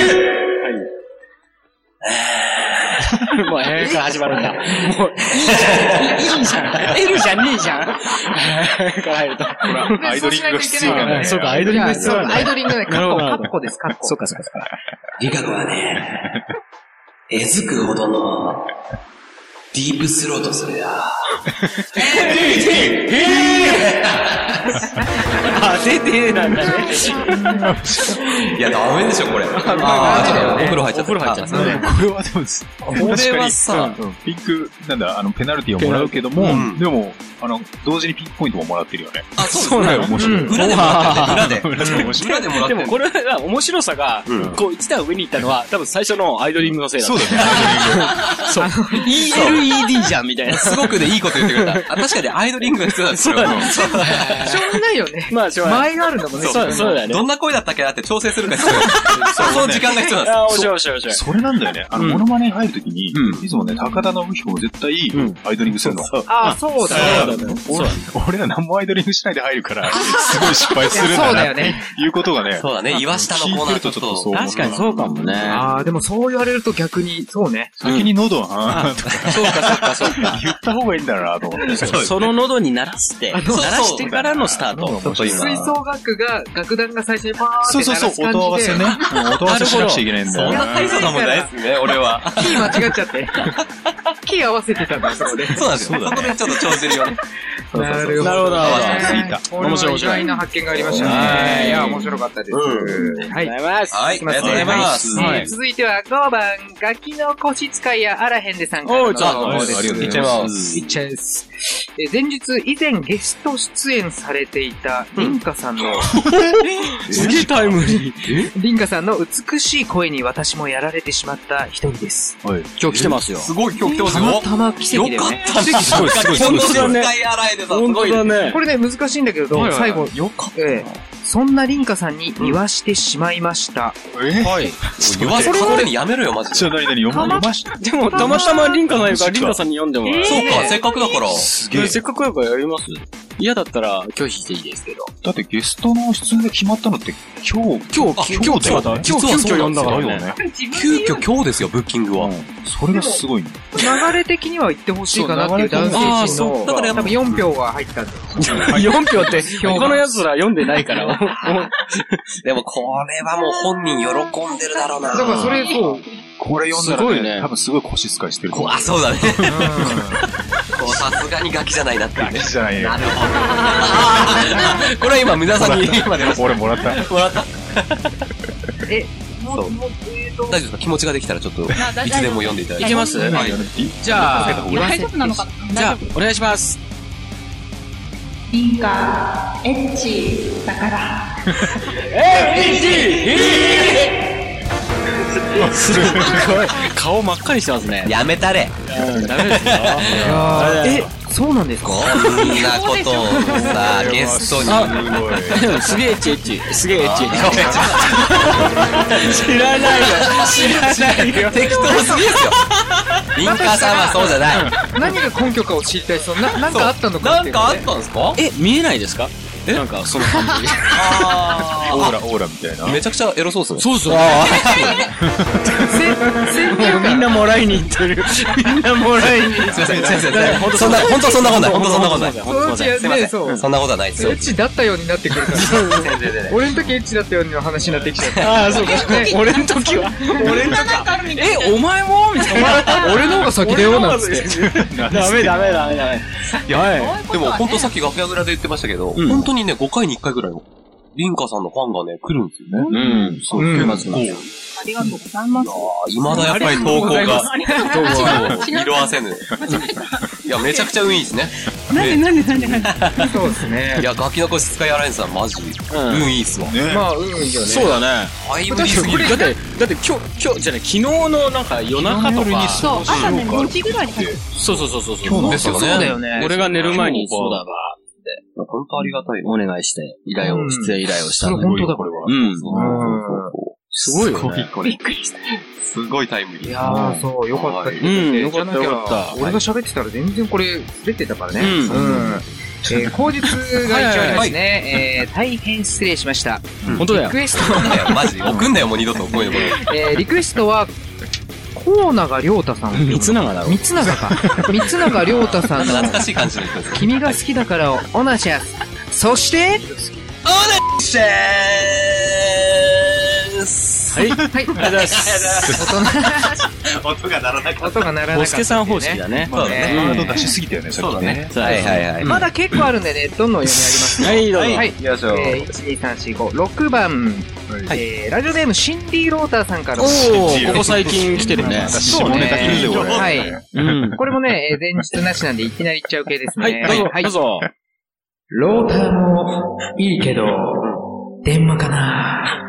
もう、えーから始まるんだ。もう、いいじゃん。いいじゃん。L じゃねえじゃん。から入ると。 アイドリングが必要だね。 そうか、アイドリングが必要だね。 アイドリングね。カッコです、カッコ。 そうか、そうか。 リカ子はね、えずくほどの、ディープスロートするよ。 あ、出てなんだね。 いや、ダメでしょ、これ。ああ、お風呂入っちゃった。お風呂入っちゃった。 これはでも、 これはさ、 ピンク、なんだ、あの、ペナルティをもらうけども、でも、あの、同時にピンクポイントももらってるよね。 あ、そうなの面白い。 裏でもらってる。裏で。 裏でもらってる。 でもこれは面白さが、こう一段上に行ったのは、多分最初のアイドリングのせいだ。 そうだね、 そう。イーエルイーディー じゃんみたいな。 すごくね、いいこと言ってくれた。確かにアイドリングが必要なんですよ。 しょうがないよね。 まあ、しょうがない。 前があるんだもんね。 そう、そうだよね。 どんな声だったっけなって調整するんですよ。その時間が必要なんですよ。 あ、面白い面白い面白い。 それなんだよね。あの、モノマネに入るときに、いつもね、高田の武彦も絶対、アイドリングするの。 あ、そうだね。 俺ら何もアイドリングしないで入るから、すごい失敗するんだなっていうことがね。 そうだね、岩下のコーナーとちょっとそう。 確かにそうかもね。 ああ、でもそう言われると逆に、そうね。 先に喉は、とか。 そうかそうかそうか。 言った方がいいんだなと思って。 その喉に鳴らして、鳴らしてからのスタート。 吹奏楽が、楽団が最初にパーってそうそうそう、音合わせね。音合わせしなくちゃいけないんだよ。 そんな大層なもんないですね、俺は。 キー間違っちゃって。キー合わせてたんだ、そこで。 そうなんですよ。そこでちょっと調整るよね。 なるほど。 なるほど。 面白い。意外な発見がありましたね。いや、面白かったです。 はい。ありがとうございます。 はい。ありがとうございます。 続いてはごばん、ガキの腰使いやあらへんでさんからの投稿です。 いっちゃいます。 いっちゃいます。前日、以前ゲスト出演されていた、リンカさんの、 すげえタイムリー。 リンカさんの美しい声に私もやられてしまった一人です。 今日来てますよ。 すごい、今日来てますよ。 たまたま奇跡だよね。 よかった。すごい、すごい、すごい。本当だね。 本当だね。 これね、難しいんだけど、最後、よかった。そんなリンカさんに言わしてしまいました。 えはい。言わせる俺にやめろよ、マジで。 じゃあ何々読ました。 でも、たまたまリンカさんいるから、リンカさんに読んでもらう。 そうか、せっかくだから。 すげえ。 せっかくだからやります？嫌だったら拒否していいですけど。 だってゲストの出演が決まったのって今日、 今日、今日だよ。今日急遽読んだからね。 急遽今日ですよ、ブッキングは。 それがすごいね。 流れ的には言ってほしいかなっていう男性陣の、だから多分よん票が入ったんだよ。 よん票って、他の奴ら読んでないから。 でもこれはもう本人喜んでるだろうな。 だからそれそう。 これ読んだらね、多分すごい腰使いしてる。 あ、そうだね。さすがにガキじゃないなっていうね。 ガキじゃないよ。 なるほど。これは今、皆さんに今出ました。 俺もらった。 もらった。 え、 そう。大丈夫ですか？気持ちができたらちょっと、いつでも読んでいただいて。 いけます？はい。じゃあ、 大丈夫なのかな？ じゃあ、お願いします。 リンカ、エッチだから。 エッチすごい。顔真っ赤にしてますね。 やめたれ。 ダメですよ。 え、 そうなんですか？ そんなことをさ、ゲストに。 すげえエッチエッチ。すげえエッチ。知らないよ。知らないよ。 適当すぎですよ。リンカーさんはそうじゃない。 何が根拠かを知りたい。そう、な、なんかあったのかっていう、ね。 なんかあったんですか？ え、見えないですか？なんか、その感じ。 あー。オーラ、オーラみたいな。 めちゃくちゃエロそうっすね。 そうそう。 みんなもらいに行ってる。みんなもらいに行ってる。 すいません、すいません。ほんとそんな、ほんとそんなことない。ほんとそんなことない。すいません。そう。そんなことはないですよ。 エッチだったようになってくるから。俺の時エッチだったような話になってきちゃった。 ああ、そうか。俺の時は。俺の時え、お前もみたいな。 俺の方が先だよ、なんつって。 ダメダメダメダメ。 いや、でもほんとさっき楽屋裏で言ってましたけど、本当にね、ごかいにいっかいぐらいの、リンカさんのファンがね、来るんですよね。 うん。そう、来ますね。 ありがとうございます。 いまだやっぱり投稿が、色あせぬ。いや、めちゃくちゃ運いいですね。 なんでなんでなんでなんでそうですね。 いや、ガキの子しつかいアライアンスさんマジ、運いいっすわ。 まあ、運いいよね。 そうだね。 ハイブリすぎる。 だって、だって今日、今日じゃね、昨日のなんか夜中とか。 そう、朝ね、ごじぐらいに入って。 そうそうそうそう。 今日ですよね。 そうだよね。 俺が寝る前に、そうだわ。 本当ありがたい。 お願いして、依頼を、出演依頼をした。 それ本当だ、これは。 うん。 すごいよね。びっくりした。 すごいタイムリー。 いやー、そう、よかった。 うん、よかったよかった。 俺が喋ってたら全然これ、出てたからね。うん。えー、口述が一応ありますね。えー、大変失礼しました。 本当だよ。 リクエストは、マジ、送んなよ、もう二度と、こういうもの。 えー、リクエストは、高永良太さん。 三永だろ。 三永か。三永良太さんの、 懐かしい感じの人です。 君が好きだからをオナシャス。そして、 オナシャスはい。はい。ありがとうございます。 音が鳴らなかった。 音が鳴らなかった。 ボスケさん方式だね。 そうだね。ワード出しすぎたよね、 そうだね。 はいはいはい。まだ結構あるんでね、どんどん読み上げます。 はい、どうぞ。 はい。よいしょ。えー、いち、に、さん、し、ご、ろくばん。えー、ラジオネーム、シンディ・ローターさんから。 おー、ここ最近来てるね。 そうね。はい。うん。これもね、前日なしなんでいきなりいっちゃう系ですね。 はい、どうぞ。どうぞ。 ローターもいいけど、電話かな。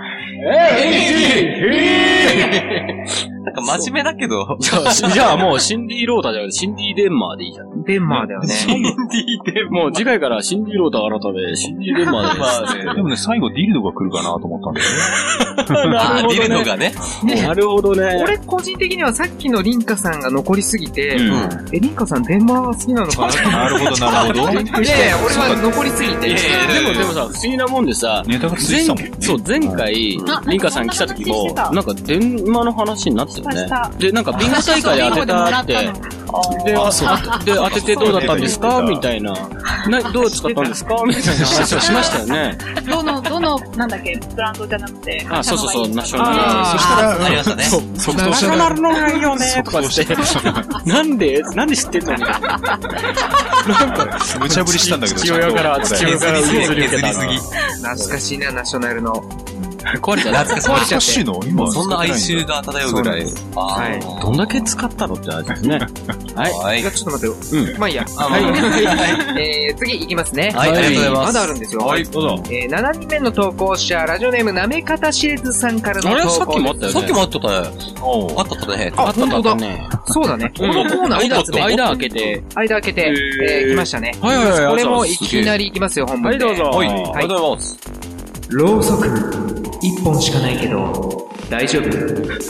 なんか真面目だけど。 じゃあもうシンディ・ローターじゃなくてシンディ・デンマーでいいじゃん。 デンマーだよね。 シンディ・デンマー。 もう次回からシンディ・ローター改め、シンディ・デンマーで。 でもね、最後ディルドが来るかなと思ったんだよね。 あ、ディルドがね。 なるほどね。 俺個人的にはさっきのリンカさんが残りすぎて、え、リンカさんデンマー好きなのかななるほど、なるほど。 いやいや、俺は残りすぎて。 でも、でもさ、不思議なもんでさ、 ネタがついてたもんね。 そう、前回、リンカさん来た時も、なんか電話の話になってたよね。で、なんかビンゴ大会で当てたって、で、当ててどうだったんですかみたいな。どう使ったんですかみたいな話をしましたよね。 どの、どの、なんだっけ、ブランドじゃなくて。 あ、そうそうそう、ナショナル。 そしたら、ありましたね。 そう、ナショナルの内容ね、とかって。なんでなんで知ってんのみたいな。なんか、無茶ぶりしたんだけど、 父親から、父親から譲り受けた。 懐かしいな、ナショナルの。 壊れちゃった。 壊れちゃって。の今そんな哀愁が漂うぐらい。 はい。 どんだけ使ったのって話ですね。はい。 はい。ちょっと待ってよ。 うん。 まあいいや。 はい。 えー、次いきますね。 はい、ありがとうございます。 まだあるんですよ。 はい、どうぞ。 えー、しちにんめの投稿者、ラジオネームなめかたしれずさんからの投稿。 あれさっきもあったよね。 さっきもあったね。あったね。 あ、本当だ。そうだね。このコーナー間開けて。 間開けて、えー、来ましたね。 はいはいはい。 これもいきなりいきますよ、本文で。 はい、どうぞ。 はい、ありがとうございます。 ろうそく一本しかないけど大丈夫？ エルイーディー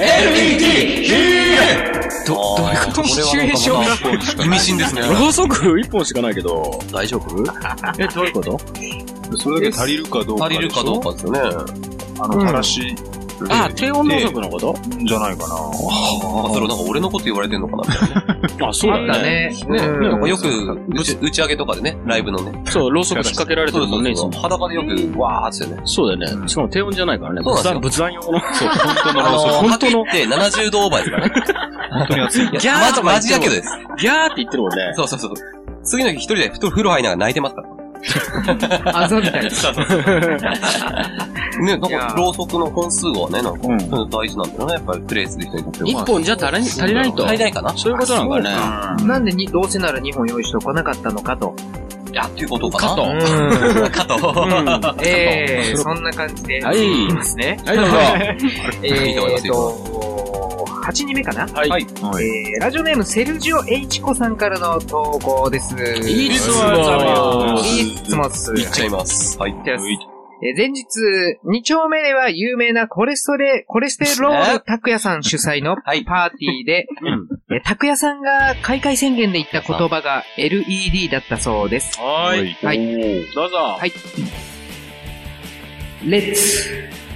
ど、どういうこと？シチュエーションが意味深ですね。 ろうそく一本しかないけど大丈夫？え、どういうこと？ それだけ足りるかどうか。 足りるかどうかですよね。 あの、たらし。 あ、低温ろうそくのことじゃないかな。 ああ、それなんか俺のこと言われてんのかなみたいな。 あ、そうだね。 ね。なんかよく打ち、打ち上げとかでね、ライブのね。 そう、ろうそく引っ掛けられてるもんね、いつも。 裸でよく、わーってね。 そうだよね。しかも低温じゃないからね。 そうなんですよ。 仏壇用の。そう、 本当のろうそく。本当の。ってななじゅうどオーバーですからね。 本当に熱い。 ギャーとかマジやけどです。 ギャーって言ってるもんね。 そうそうそう。次の日一人で風呂入りながら泣いてますから。 あざみたいな。 ね、なんか、ろうそくの本数はね、なんか、大事なんだよね。やっぱりプレイする人にとっては。 一本じゃ足り足りないと。 足りないかな？ そういうことなんかね。 なんでに、どうせならにほん用意してこなかったのかと。 いや、っていうことかな。 かと。 かと。 ええ、そんな感じで。 はい。 いきますね。 はい、どうぞ。 えーと、 はちにんめかな。 はい。はい、 えー、ラジオネームセルジオ・エイチコさんからの投稿です。 いつもいつもす。 いっちゃいます。はい。 えー、前日、に丁目では有名なコレストレ、コレステロール拓也さん主催のパーティーで、うん、拓也さんが開会宣言で言った言葉が エルイーディー だったそうです。 はい。 はい。 どうぞ。 はい。Let's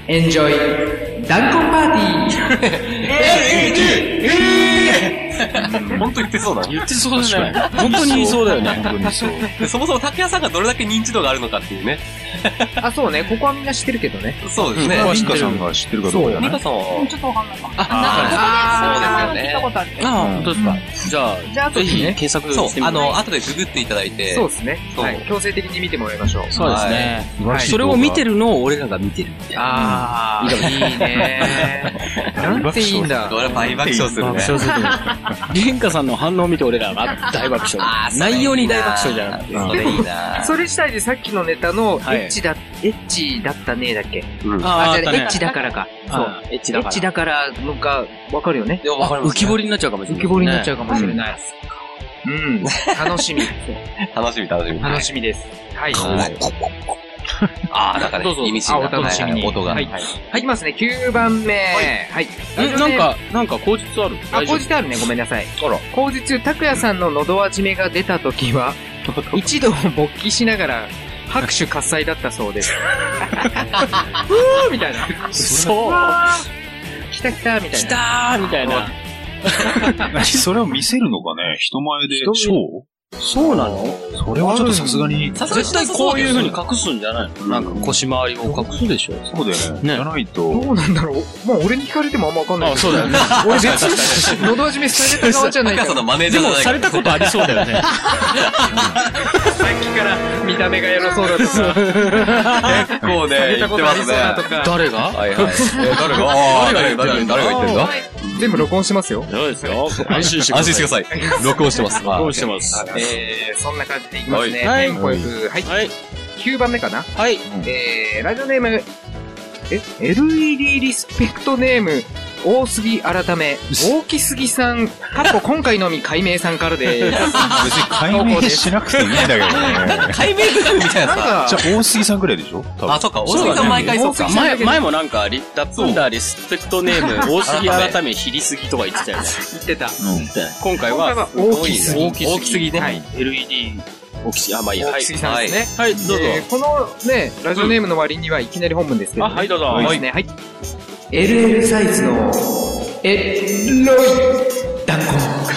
enjoy 弾痕パーティーエルイーディー本当言ってそうだ。 言ってそうだね。本当に言いそうだよね。 本当にそう。 でそもそも拓也さんがどれだけ認知度があるのかっていうね。 あ、そうね。ここはみんな知ってるけどね。 そうですね。 ミカさんが知ってるかどうかじゃない。 ミカさんは。 ちょっとわかんないかも。 あ、 そうですよね。聞いたことある。 あ、本当ですか。じゃあ、 じゃあ、 ぜひ検索してみて。 そう、あの、後でググっていただいて。 そうですね。はい。強制的に見てもらいましょう。 そうですね。それを見てるのを俺らが見てる。 ああ、いいね。なんていいんだ。 これ大爆笑するね。 爆笑するね。玄香さんの反応を見て俺らが大爆笑。内容に大爆笑じゃなくて。 それいいな。 それ自体でさっきのネタのエッチだ、エッチだったねだっけ。あ、じゃあエッチだからか。そう。エッチだから。エッチだからのか、わかるよね。 でもわかる。 浮き彫りになっちゃうかもしれない。 浮き彫りになっちゃうかもしれない。うん。楽しみ。 楽しみ、楽しみ。 楽しみです。はい。 ああ、なんかね、意味深な楽しみに音が。 はい。いきますね、きゅうばんめ。はい。 なんか、なんか口実ある？ あ、口実あるね。ごめんなさい。口実、拓也さんの喉味めが出た時は、一度勃起しながら、拍手喝采だったそうです。ふーみたいな。 そう。 来た来たみたいな。 来たーみたいな。 それを見せるのかね、人前で。ショー？ そうなの？ それはちょっとさすがに。 絶対こういう風に隠すんじゃないの？なんか腰回りを隠すでしょ？ そうだよね。じゃないと。 どうなんだろう。まあ俺に聞かれてもあんまわかんない。 あ、そうだよね。 俺別に、喉味めされた側じゃないから。 拓也さんのマネージャーじゃない。 でもされたことありそうだよね。さっきから見た目がエロそうだとか。 結構ね、言ってますね。 誰が？ はいはい。誰が？誰が誰が言ってるんだ？ 全部録音してますよ。 そうですよ。安心して安心してください。録音してます。 録音してます。 えー、そんな感じでいきますね。 テンポよく。はい。はい。きゅうばんめかな？ はい。 えー、ラジオネーム、え エルイーディー リスペクトネーム、大杉改め、大木杉さん、過去今回のみ解明さんからです。別に解明しなくていいんだけどね。 解明部分みたいなさ。 じゃあ大杉さんぐらいでしょ？ あ、そっか、大杉さん毎回そうか。 前、前もなんか、ラップンダーリスペクトネーム、大杉改め、ひりすぎとか言ってたよね。 言ってた。 今回は、 大木杉。 大木杉ね。はい。エルイーディー、大木杉、あ、まあいいや。 大木杉さんですね。 はい、どうぞ。 このね、ラジオネームの割にはいきなり本文ですけど。 あ、はい、どうぞ。 はい。はい。エルエル サイズの、え、ロイ、弾痕。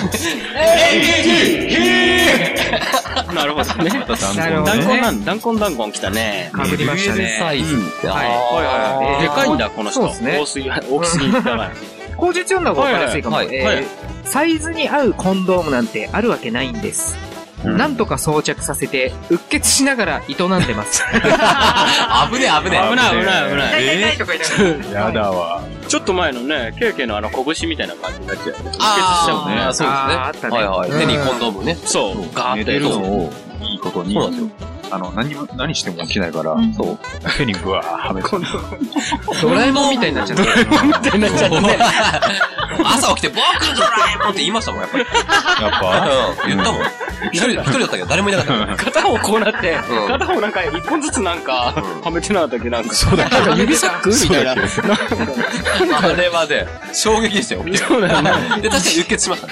なるほどね。弾痕なん弾痕弾痕来たね。 かぶりましたね。 サイズ。 はい。はいはい。でかいんだ、この人。そうですね。大杉、大きすぎだから。 口実読んだ方がわかりやすいかも。サイズに合うコンドームなんてあるわけないんです。なんとか装着させて、うっ血しながら営んでます。 危ねえ危ねえ。 危ない危ない危ない。 痛い痛いとか言いながら。やだわ。 ちょっと前のね、ケーケのあの拳みたいな感じになっちゃう。うっ血しちゃうね。 ああ、そうですね。あったね。はいはい。手にコンドームね。 そう。 ガーって。寝てるのをいいことに。そうなんですよ。あの、何も、何しても起きないから、そう。手にブワーはめ込んで。 ドラえもんみたいになっちゃった。ドラえもんみたいになっちゃったね。 朝起きて、僕ドラえもんって言いましたもん、やっぱり。 やっぱうん、言ったもん。一人、一人だったけど誰もいなかった。 片方こうなって、片方なんか一本ずつなんか、はめてなかったっけなんか。 そうだね。 指サックみたいな。 あれはね、衝撃でしたよ。 そうだよね。 で、確かにうっ血しました。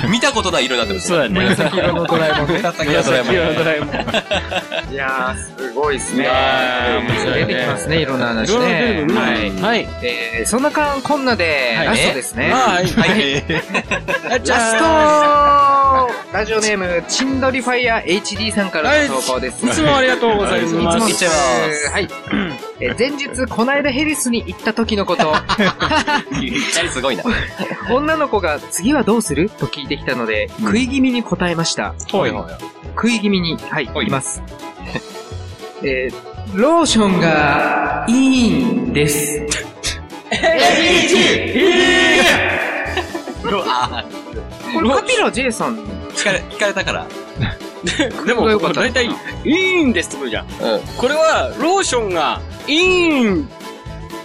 見たことない色になってました。 そうだね。 紫色のドラえもんね。 紫色のドラえもん。 いやー、すごいっすね。出てきますね、いろんな話ね。 はい。はい。 えー、そんなかん、こんなで、ラストですね。 はい。はい。 ラストラジオネーム、チンドリファイヤー エイチディー さんからの投稿です。 いつもありがとうございます。いつもいっちゃいます。はい。前日、こないだヘリスに行った時のこと。 すごいな。 女の子が次はどうすると聞いてきたので、食い気味に答えました。 はいはい。 食い気味に、はい、いきます。えー、ローションがいいんです。これカピラ J さん聞かれ、聞かれたから。 でも、だいたい、いいんですってことじゃん。これは、ローションが、いいん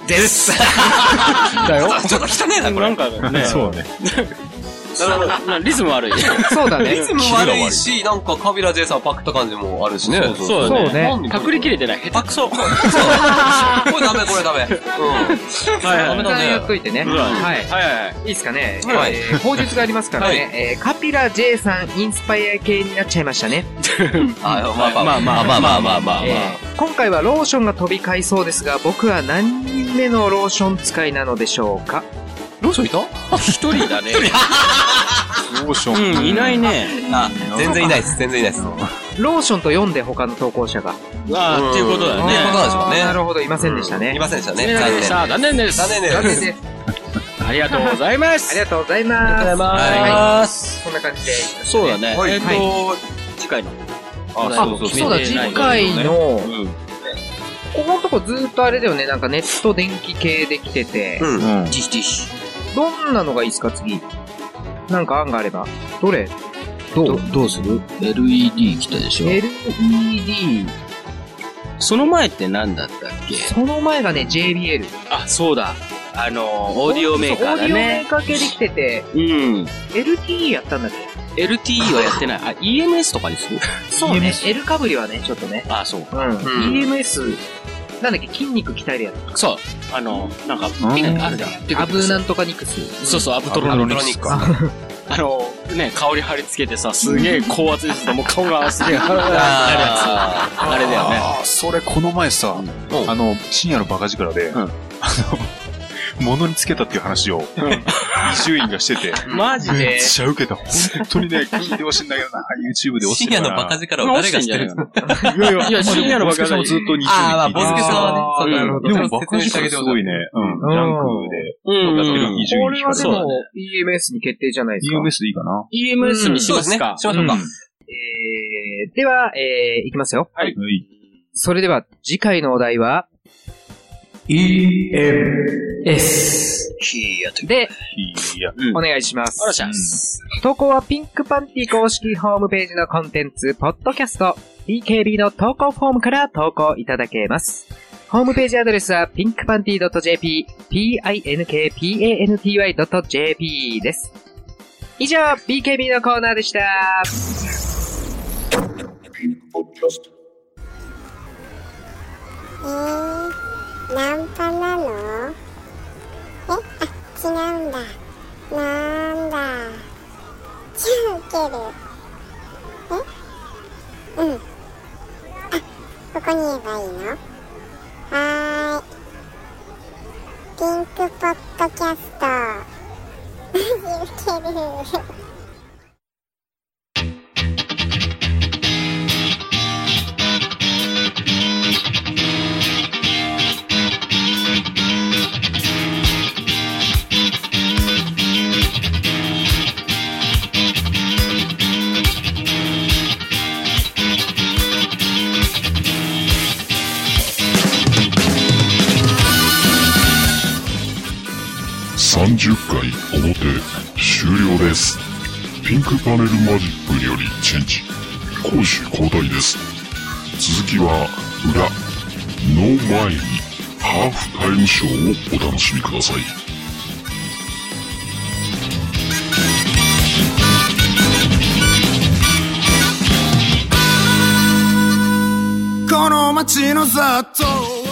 です。 だよ。ちょっと汚ねえな、これ。 なんかね。 そうね。 リズム悪い。 そうだね。 リズム悪いし、なんかカビラ J さんパクった感じもあるしね。 そうだね。隠れきれてない。下手くそ。これダメ、これダメ。 うん。はい。ダメだね。やっといてね。はい。はいはい。いいっすかね。はい。口述がありますからね。カピラ J さんインスパイア系になっちゃいましたね。 まあまあまあまあまあまあまあまあ。 今回はローションが飛び交いそうですが、僕は何人目のローション使いなのでしょうか？ ローションいた？ 一人だね。 ローション。 うん、いないね。 あ、全然いないです。全然いないです。 ローションと読んで他の投稿者が。 ああ、っていうことだよね。 っていうことなんでしょうね。 なるほど、いませんでしたね。 いませんでしたね。 残念でした。残念です。 残念です。 残念です。 ありがとうございます。 ありがとうございます。 ありがとうございます。 こんな感じで。 そうだね。えっと、次回の。 あ、そうそうそうだ、次回の、ここのとこずっとあれだよね、なんかネット電気系で来てて。 うん。ジシジシ。 どんなのがいいですか、次。なんか案があれば。どれどう、どうする ?エルイーディー 来たでしょ ? エルイーディー。 その前って何だったっけ？ その前がね、ジェイビーエル。 あ、そうだ。あの、オーディオメーカーだね。 オーディオメーカー系で来てて。 うん。 エルティー やったんだっけ？ エルティー はやってない。あ、イーエムエス とかにする？ そうね。L かぶりはね、ちょっとね。 あ、そう。 うん。イーエムエス、なんだっけ、筋肉鍛えるやつ。 そう。あの、なんか、あるじゃん。 アブなんとかニクス。 そうそう、アブトロニクス。あの、ね、香り貼り付けてさ、すげえ高圧ですと、もう顔がすげえ、なるやつ。あれだよね。 それ、この前さ、あの、深夜のバカ力で、あの、物につけたっていう話を、伊集院がしてて。 マジでめっちゃ受けた。本当にね、聞いてほしいんだけどな、YouTube で落ちてるから。 深夜のバカ力を誰がしてるの？ いやいや、いや、深夜のバカ力もずっとにじゅうに聞いてる。 ああ、ボスケさんはね。 なるほど。でもバカ力すごいね、うん、ジャンクで、やってるにじゅうに。 これはでも、イーエムエス に決定じゃないですか。 イーエムエス でいいかな？ イーエムエス にしますか？ しましょうか。 えー、では、えー、いきますよ。 はい。 それでは、次回のお題は、イーエムエス で、お願いします。 お願いします。 投稿はピンクパンティ公式ホームページのコンテンツ、ポッドキャスト、ビーケービー の投稿フォームから投稿いただけます。ホームページアドレスは ピンクパンティー ドット ジェーピー、ピンクパンティー ドット ジェーピー です。以上、ビーケービー のコーナーでした。ピンクポッドキャスト。 えー、ナンパなの？え、あ、違うんだ。なんだ。じゃあ受ける。え？うん。あ、ここに言えばいいの？はーい。ピンクポッドキャスト。受ける。 さんじゅっかい表終了です。ピンクパネルマジックによりチェンジ。攻守交代です。続きは裏の前にハーフタイムショーをお楽しみください。 この街の雑踏